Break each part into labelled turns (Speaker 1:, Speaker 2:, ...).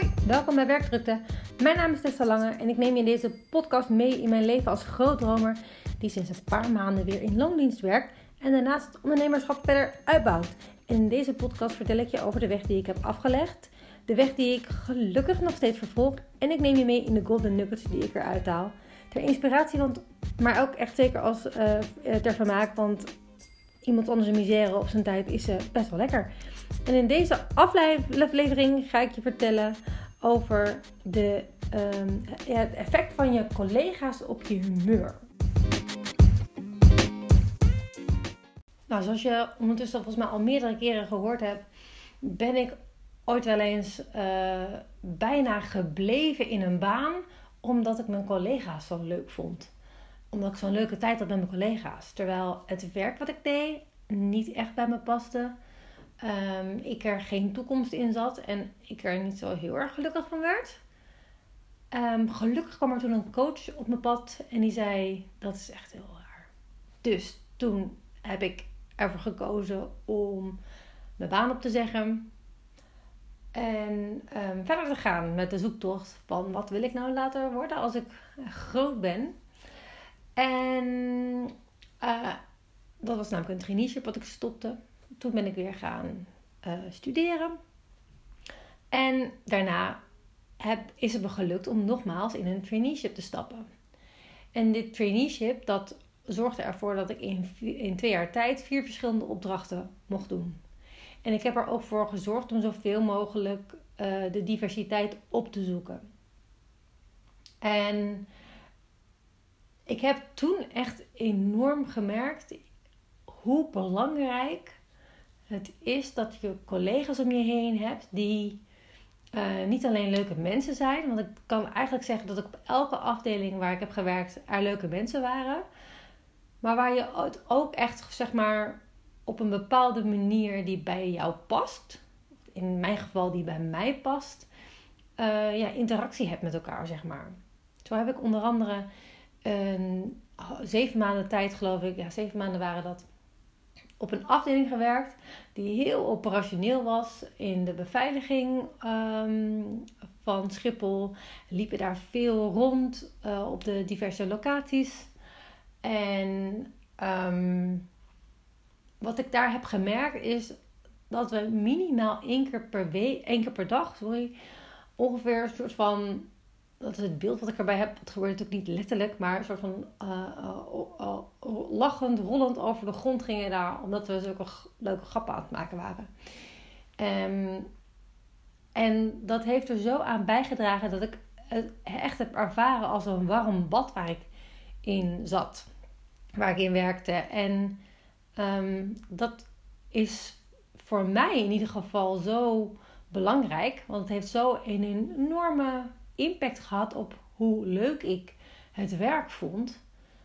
Speaker 1: Hoi, welkom bij Werkdrukte. Mijn naam is Tessa Lange en ik neem je in deze podcast mee in mijn leven als grootdromer die sinds een paar maanden weer in loondienst werkt en daarnaast het ondernemerschap verder uitbouwt. En in deze podcast vertel ik je over de weg die ik heb afgelegd, de weg die ik gelukkig nog steeds vervolg en ik neem je mee in de golden nuggets die ik eruit haal. Ter inspiratie, maar ook echt zeker als ter vermaak, want iemand anders een misère op zijn tijd is best wel lekker. En in deze aflevering ga ik je vertellen over het effect van je collega's op je humeur. Nou, zoals je ondertussen volgens mij al meerdere keren gehoord hebt, ben ik ooit wel eens bijna gebleven in een baan omdat ik mijn collega's zo leuk vond. Omdat ik zo'n leuke tijd had met mijn collega's. Terwijl het werk wat ik deed niet echt bij me paste. Ik er geen toekomst in zat en ik er niet zo heel erg gelukkig van werd. Gelukkig kwam er toen een coach op mijn pad en die zei, dat is echt heel raar. Dus toen heb ik ervoor gekozen om mijn baan op te zeggen. En verder te gaan met de zoektocht van wat wil ik nou later worden als ik groot ben. En dat was namelijk een traineeship wat ik stopte. Toen ben ik weer gaan studeren. En daarna is het me gelukt om nogmaals in een traineeship te stappen. En dit traineeship, dat zorgde ervoor dat ik in 2 jaar tijd 4 verschillende opdrachten mocht doen. En ik heb er ook voor gezorgd om zoveel mogelijk de diversiteit op te zoeken. En ik heb toen echt enorm gemerkt hoe belangrijk het is dat je collega's om je heen hebt die niet alleen leuke mensen zijn. Want ik kan eigenlijk zeggen dat ik op elke afdeling waar ik heb gewerkt er leuke mensen waren. Maar waar je het ook echt zeg maar op een bepaalde manier die bij jou past. In mijn geval die bij mij past. Interactie hebt met elkaar zeg maar. Zo heb ik onder andere 7 maanden tijd geloof ik. Ja, 7 maanden waren dat. Op een afdeling gewerkt die heel operationeel was in de beveiliging van Schiphol. Liepen daar veel rond op de diverse locaties. En wat ik daar heb gemerkt is dat we minimaal 1 keer per dag, ongeveer een soort van, dat is het beeld wat ik erbij heb. Het gebeurt natuurlijk niet letterlijk, maar een soort van lachend, rollend over de grond gingen daar. Omdat we zulke leuke grappen aan het maken waren. En dat heeft er zo aan bijgedragen dat ik het echt heb ervaren als een warm bad waar ik in zat. Waar ik in werkte. En dat is voor mij in ieder geval zo belangrijk. Want het heeft zo een enorme impact gehad op hoe leuk ik het werk vond.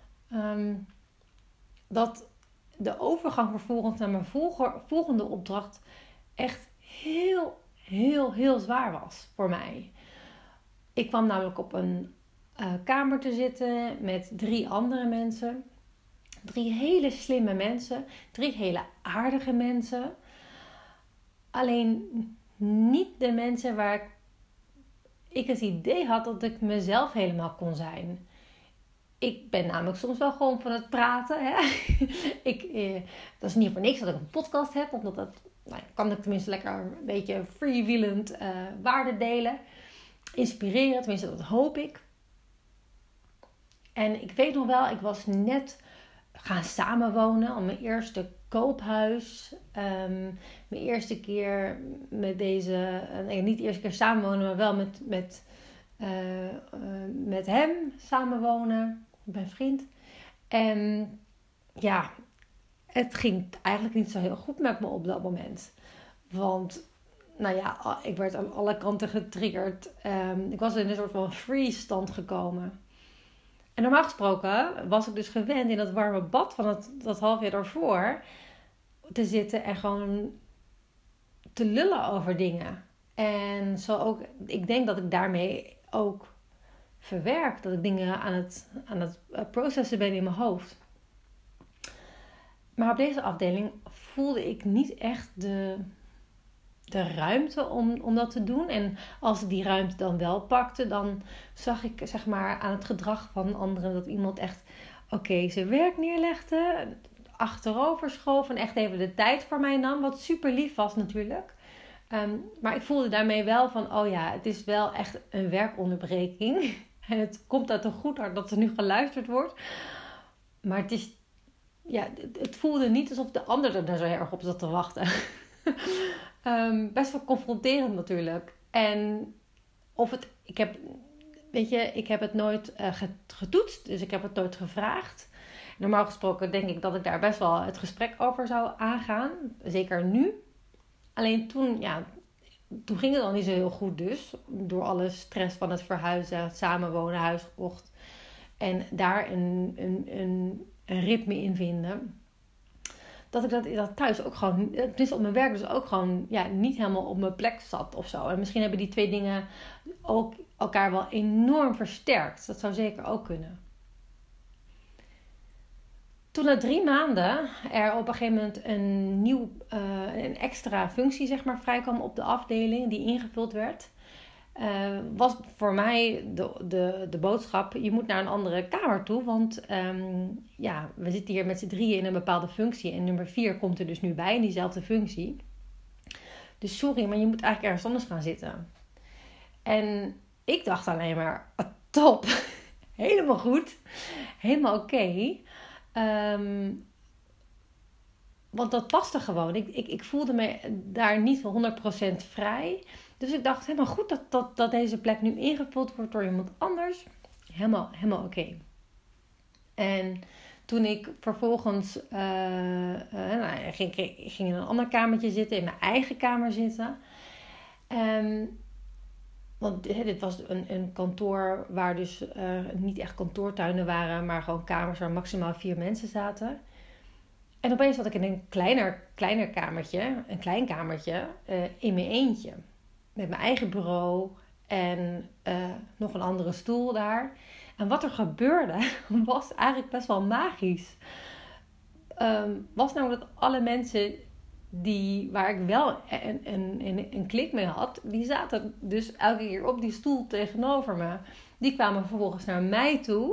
Speaker 1: Dat de overgang vervolgens naar mijn volgende opdracht echt heel, heel, heel zwaar was voor mij. Ik kwam namelijk op een kamer te zitten met 3 andere mensen. 3 hele slimme mensen. 3 hele aardige mensen. Alleen niet de mensen waar ik het idee had dat ik mezelf helemaal kon zijn. Ik ben namelijk soms wel gewoon van het praten. Hè? Dat is niet voor niks dat ik een podcast heb. Omdat dat kan ik tenminste lekker een beetje freewheelend waarden delen. Inspireren, tenminste dat hoop ik. En ik weet nog wel, ik was net gaan samenwonen. Om mijn eerste koophuis. Mijn eerste keer met deze. Niet de eerste keer samenwonen, maar wel met hem samenwonen. Mijn vriend. En ja, het ging eigenlijk niet zo heel goed met me op dat moment. Want ik werd aan alle kanten getriggerd. Ik was in een soort van freeze stand gekomen. En normaal gesproken was ik dus gewend in dat warme bad van dat half jaar daarvoor te zitten en gewoon te lullen over dingen. En zo ook, ik denk dat ik daarmee ook verwerk. Dat ik dingen aan het processen ben in mijn hoofd. Maar op deze afdeling voelde ik niet echt de de ruimte om dat te doen. En als ik die ruimte dan wel pakte, dan zag ik zeg maar aan het gedrag van anderen dat iemand echt zijn werk neerlegde, achterover schoof en echt even de tijd voor mij nam. Wat super lief was natuurlijk. Maar ik voelde daarmee wel van, het is wel echt een werkonderbreking. En het komt uit een goed hart dat er nu geluisterd wordt. Maar het voelde niet alsof de ander er daar zo erg op zat te wachten. Best wel confronterend natuurlijk. En ik heb het nooit getoetst. Dus ik heb het nooit gevraagd. Normaal gesproken denk ik dat ik daar best wel het gesprek over zou aangaan. Zeker nu. Alleen toen ging het al niet zo heel goed dus. Door alle stress van het verhuizen, het samenwonen, huis gekocht. En daar een ritme in vinden. Dat ik dat thuis ook gewoon, tenminste op mijn werk dus ook gewoon niet helemaal op mijn plek zat of zo. En misschien hebben die twee dingen ook elkaar wel enorm versterkt. Dat zou zeker ook kunnen. Toen na 3 maanden er op een gegeven moment een extra functie zeg maar vrijkwam op de afdeling die ingevuld werd, was voor mij de boodschap: je moet naar een andere kamer toe, want we zitten hier met z'n 3 in een bepaalde functie en nummer 4 komt er dus nu bij in diezelfde functie. Dus sorry, maar je moet eigenlijk ergens anders gaan zitten. En ik dacht alleen maar, top, helemaal goed, helemaal oké. Want dat paste gewoon. Ik voelde me daar niet 100% vrij. Dus ik dacht, helemaal goed dat deze plek nu ingevuld wordt door iemand anders. Helemaal oké. En toen ik vervolgens ging in een ander kamertje zitten, in mijn eigen kamer zitten. Want dit was een kantoor waar dus niet echt kantoortuinen waren, maar gewoon kamers waar maximaal 4 mensen zaten. En opeens zat ik in een kleiner kamertje, een klein kamertje, in mijn eentje. Met mijn eigen bureau en nog een andere stoel daar. En wat er gebeurde was eigenlijk best wel magisch. Was namelijk dat alle mensen waar ik wel een klik mee had, die zaten dus elke keer op die stoel tegenover me. Die kwamen vervolgens naar mij toe.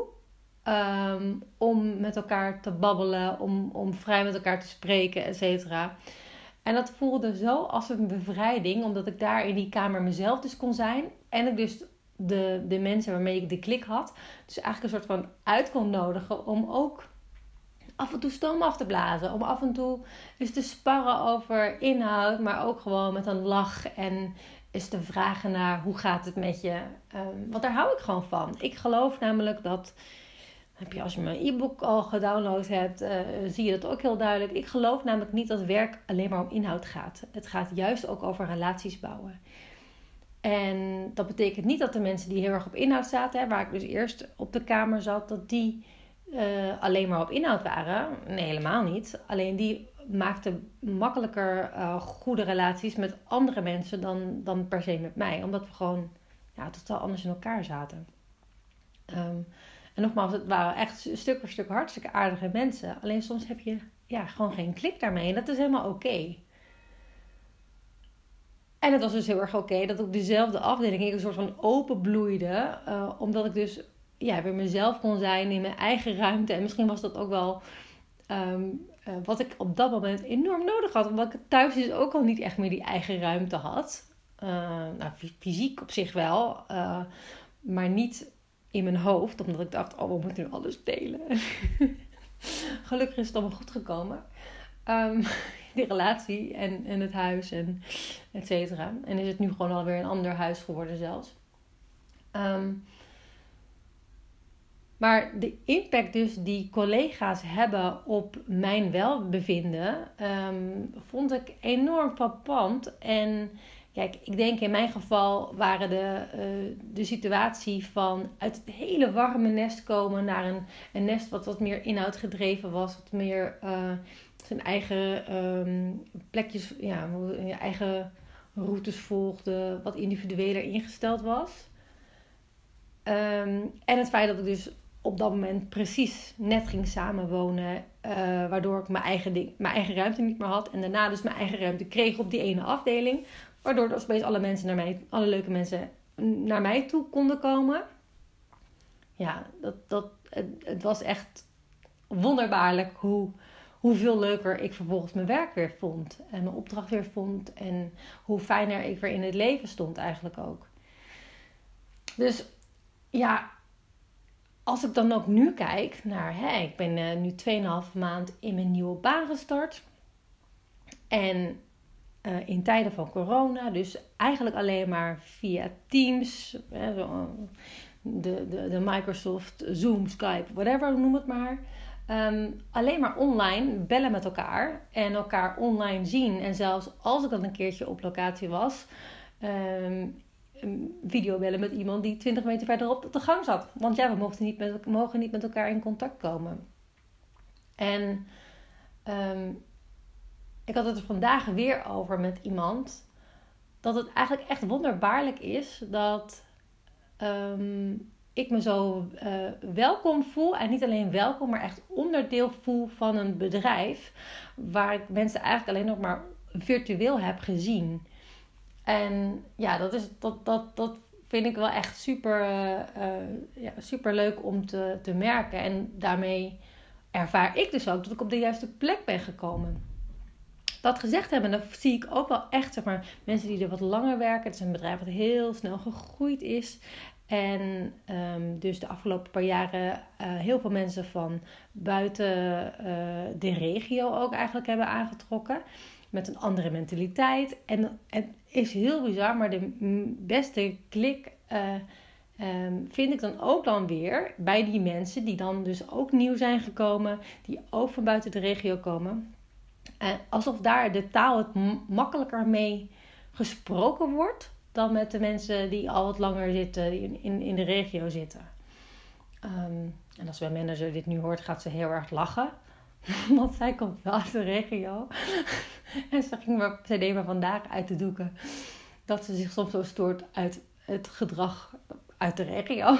Speaker 1: Om met elkaar te babbelen, om vrij met elkaar te spreken, et cetera. En dat voelde zo als een bevrijding, omdat ik daar in die kamer mezelf dus kon zijn. En ik dus de mensen waarmee ik de klik had, dus eigenlijk een soort van uit kon nodigen om ook af en toe stoom af te blazen. Om af en toe eens te sparren over inhoud, maar ook gewoon met een lach en eens te vragen naar hoe gaat het met je. Want daar hou ik gewoon van. Ik geloof namelijk dat, als je mijn e-book al gedownload hebt, zie je dat ook heel duidelijk. Ik geloof namelijk niet dat werk alleen maar om inhoud gaat. Het gaat juist ook over relaties bouwen. En dat betekent niet dat de mensen die heel erg op inhoud zaten, waar ik dus eerst op de kamer zat, dat die alleen maar op inhoud waren. Nee, helemaal niet. Alleen die maakten makkelijker goede relaties met andere mensen dan per se met mij. Omdat we gewoon totaal anders in elkaar zaten. En nogmaals, het waren echt stuk voor stuk hartstikke aardige mensen. Alleen soms heb je gewoon geen klik daarmee. En dat is helemaal oké. En het was dus heel erg oké dat op dezelfde afdeling ik een soort van openbloeide. Omdat ik dus weer mezelf kon zijn in mijn eigen ruimte. En misschien was dat ook wel wat ik op dat moment enorm nodig had. Omdat ik thuis dus ook al niet echt meer die eigen ruimte had. Fysiek op zich wel. Maar niet in mijn hoofd. Omdat ik dacht, we moeten nu alles delen. Gelukkig is het allemaal goed gekomen. Die relatie en het huis en et cetera. En is het nu gewoon alweer een ander huis geworden zelfs. Maar de impact dus die collega's hebben op mijn welbevinden, vond ik enorm frappant. En kijk, ik denk in mijn geval waren de situatie van uit het hele warme nest komen naar een nest wat meer inhoudgedreven was. Wat meer zijn eigen plekjes, je eigen routes volgde. Wat individueler ingesteld was. En het feit dat ik dus op dat moment precies net ging samenwonen. Waardoor ik mijn eigen ruimte niet meer had. En daarna dus mijn eigen ruimte kreeg op die ene afdeling. Waardoor dus opeens alle leuke mensen naar mij toe konden komen. Ja, het was echt wonderbaarlijk hoeveel leuker ik vervolgens mijn werk weer vond. En mijn opdracht weer vond. En hoe fijner ik weer in het leven stond eigenlijk ook. Dus ja, als ik dan ook nu kijk naar... ik ben nu 2,5 maand in mijn nieuwe baan gestart. En in tijden van corona. Dus eigenlijk alleen maar via Teams. De Microsoft, Zoom, Skype, whatever, noem het maar. Alleen maar online bellen met elkaar. En elkaar online zien. En zelfs als ik dan een keertje op locatie was... video bellen met iemand die 20 meter verderop op de gang zat. Want ja, we mogen niet met elkaar in contact komen. En ik had het er vandaag weer over met iemand. Dat het eigenlijk echt wonderbaarlijk is dat ik me zo welkom voel. En niet alleen welkom, maar echt onderdeel voel van een bedrijf. Waar ik mensen eigenlijk alleen nog maar virtueel heb gezien. En ja, dat vind ik wel echt super leuk om te merken. En daarmee ervaar ik dus ook dat ik op de juiste plek ben gekomen. Dat gezegd hebben, dan zie ik ook wel echt, zeg maar, mensen die er wat langer werken. Het is een bedrijf dat heel snel gegroeid is. En dus de afgelopen paar jaren heel veel mensen van buiten de regio ook eigenlijk hebben aangetrokken. Met een andere mentaliteit. En het is heel bizar, maar de beste klik vind ik dan ook dan weer bij die mensen die dan dus ook nieuw zijn gekomen. Die ook van buiten de regio komen. Alsof daar de taal het makkelijker mee gesproken wordt dan met de mensen die al wat langer zitten, in de regio zitten. En als mijn manager dit nu hoort, gaat ze heel erg lachen. Want zij komt wel uit de regio. En ze deed me vandaag uit de doeken dat ze zich soms zo stoort uit het gedrag uit de regio.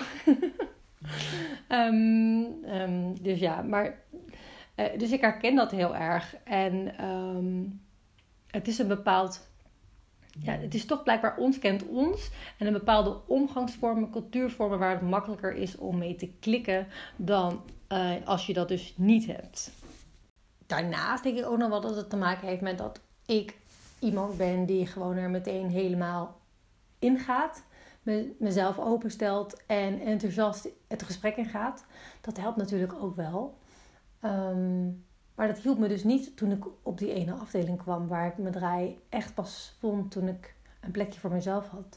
Speaker 1: Dus ja, maar... dus ik herken dat heel erg. En het is een bepaald... Ja, het is toch blijkbaar ons kent ons. En een bepaalde omgangsvormen, cultuurvormen waar het makkelijker is om mee te klikken dan als je dat dus niet hebt. Daarnaast denk ik ook nog wel dat het te maken heeft met dat ik iemand ben die gewoon er meteen helemaal ingaat. Mezelf openstelt en enthousiast het gesprek ingaat. Dat helpt natuurlijk ook wel. Maar dat hielp me dus niet toen ik op die ene afdeling kwam. Waar ik mijn draai echt pas vond toen ik een plekje voor mezelf had.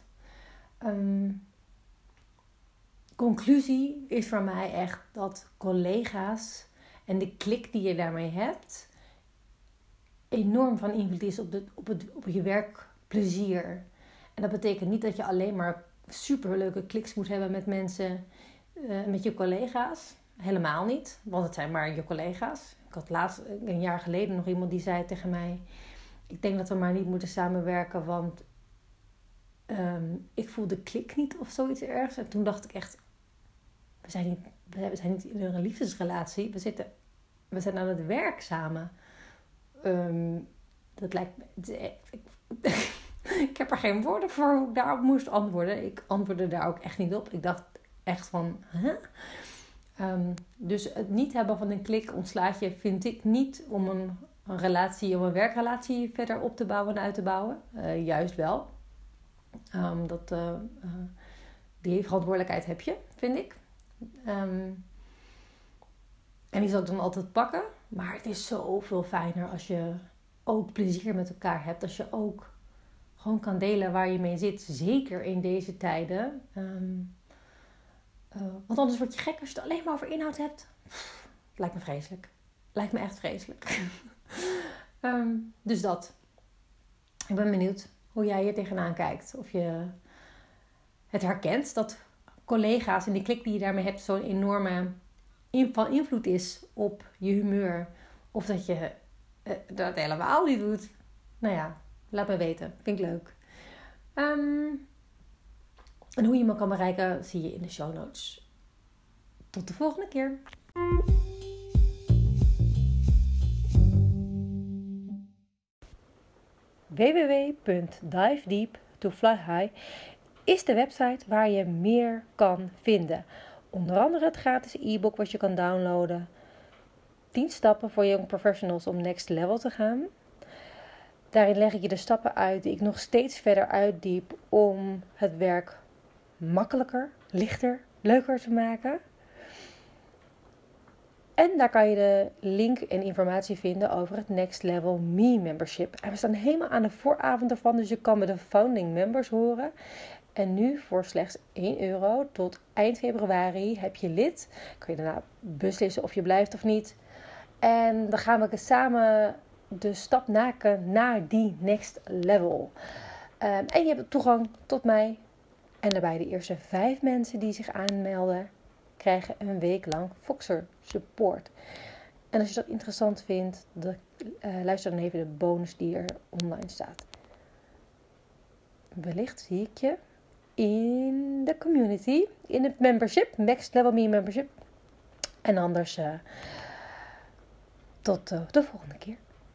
Speaker 1: Conclusie is voor mij echt dat collega's en de klik die je daarmee hebt enorm van invloed is op je werkplezier. En dat betekent niet dat je alleen maar superleuke kliks moet hebben met mensen, met je collega's. Helemaal niet, want het zijn maar je collega's. Ik had laatst, een jaar geleden, nog iemand die zei tegen mij: ik denk dat we maar niet moeten samenwerken, want ik voel de klik niet of zoiets ergs. En toen dacht ik echt, we zijn niet in een liefdesrelatie. We zijn aan het werk samen. Dat lijkt me... Ik heb er geen woorden voor hoe ik daarop moest antwoorden. Ik antwoordde daar ook echt niet op. Ik dacht echt van... Dus het niet hebben van een klik ontslaat je, vind ik, niet om een werkrelatie verder op te bouwen en uit te bouwen. Juist wel. Die verantwoordelijkheid heb je, vind ik. En die zal ik dan altijd pakken. Maar het is zoveel fijner als je ook plezier met elkaar hebt. Als je ook gewoon kan delen waar je mee zit. Zeker in deze tijden. Want anders word je gek als je het alleen maar over inhoud hebt. Lijkt me vreselijk. Lijkt me echt vreselijk. Dus dat. Ik ben benieuwd hoe jij hier tegenaan kijkt. Of je het herkent dat collega's en die klik die je daarmee hebt zo'n enorme invloed is op je humeur. Of dat je dat helemaal niet doet. Nou ja, laat me weten. Vind ik leuk. En hoe je me kan bereiken zie je in de show notes. Tot de volgende keer. www.divedeep2flyhigh is de website waar je meer kan vinden. Onder andere het gratis e-book wat je kan downloaden. 10 stappen voor young professionals om next level te gaan. Daarin leg ik je de stappen uit die ik nog steeds verder uitdiep om het werk makkelijker, lichter, leuker te maken. En daar kan je de link en informatie vinden over het Next Level Me membership. En we staan helemaal aan de vooravond ervan, dus je kan bij de founding members horen. En nu voor slechts €1 tot eind februari heb je lid. Kun je daarna beslissen of je blijft of niet. En dan gaan we samen de stap maken naar die next level. En je hebt toegang tot mij. En daarbij de eerste 5 mensen die zich aanmelden krijgen een week lang Voxer support. En als je dat interessant vindt, luister dan even de bonus die er online staat. Wellicht zie ik je in de community, in het membership, Next Level Me membership. En anders tot de volgende keer.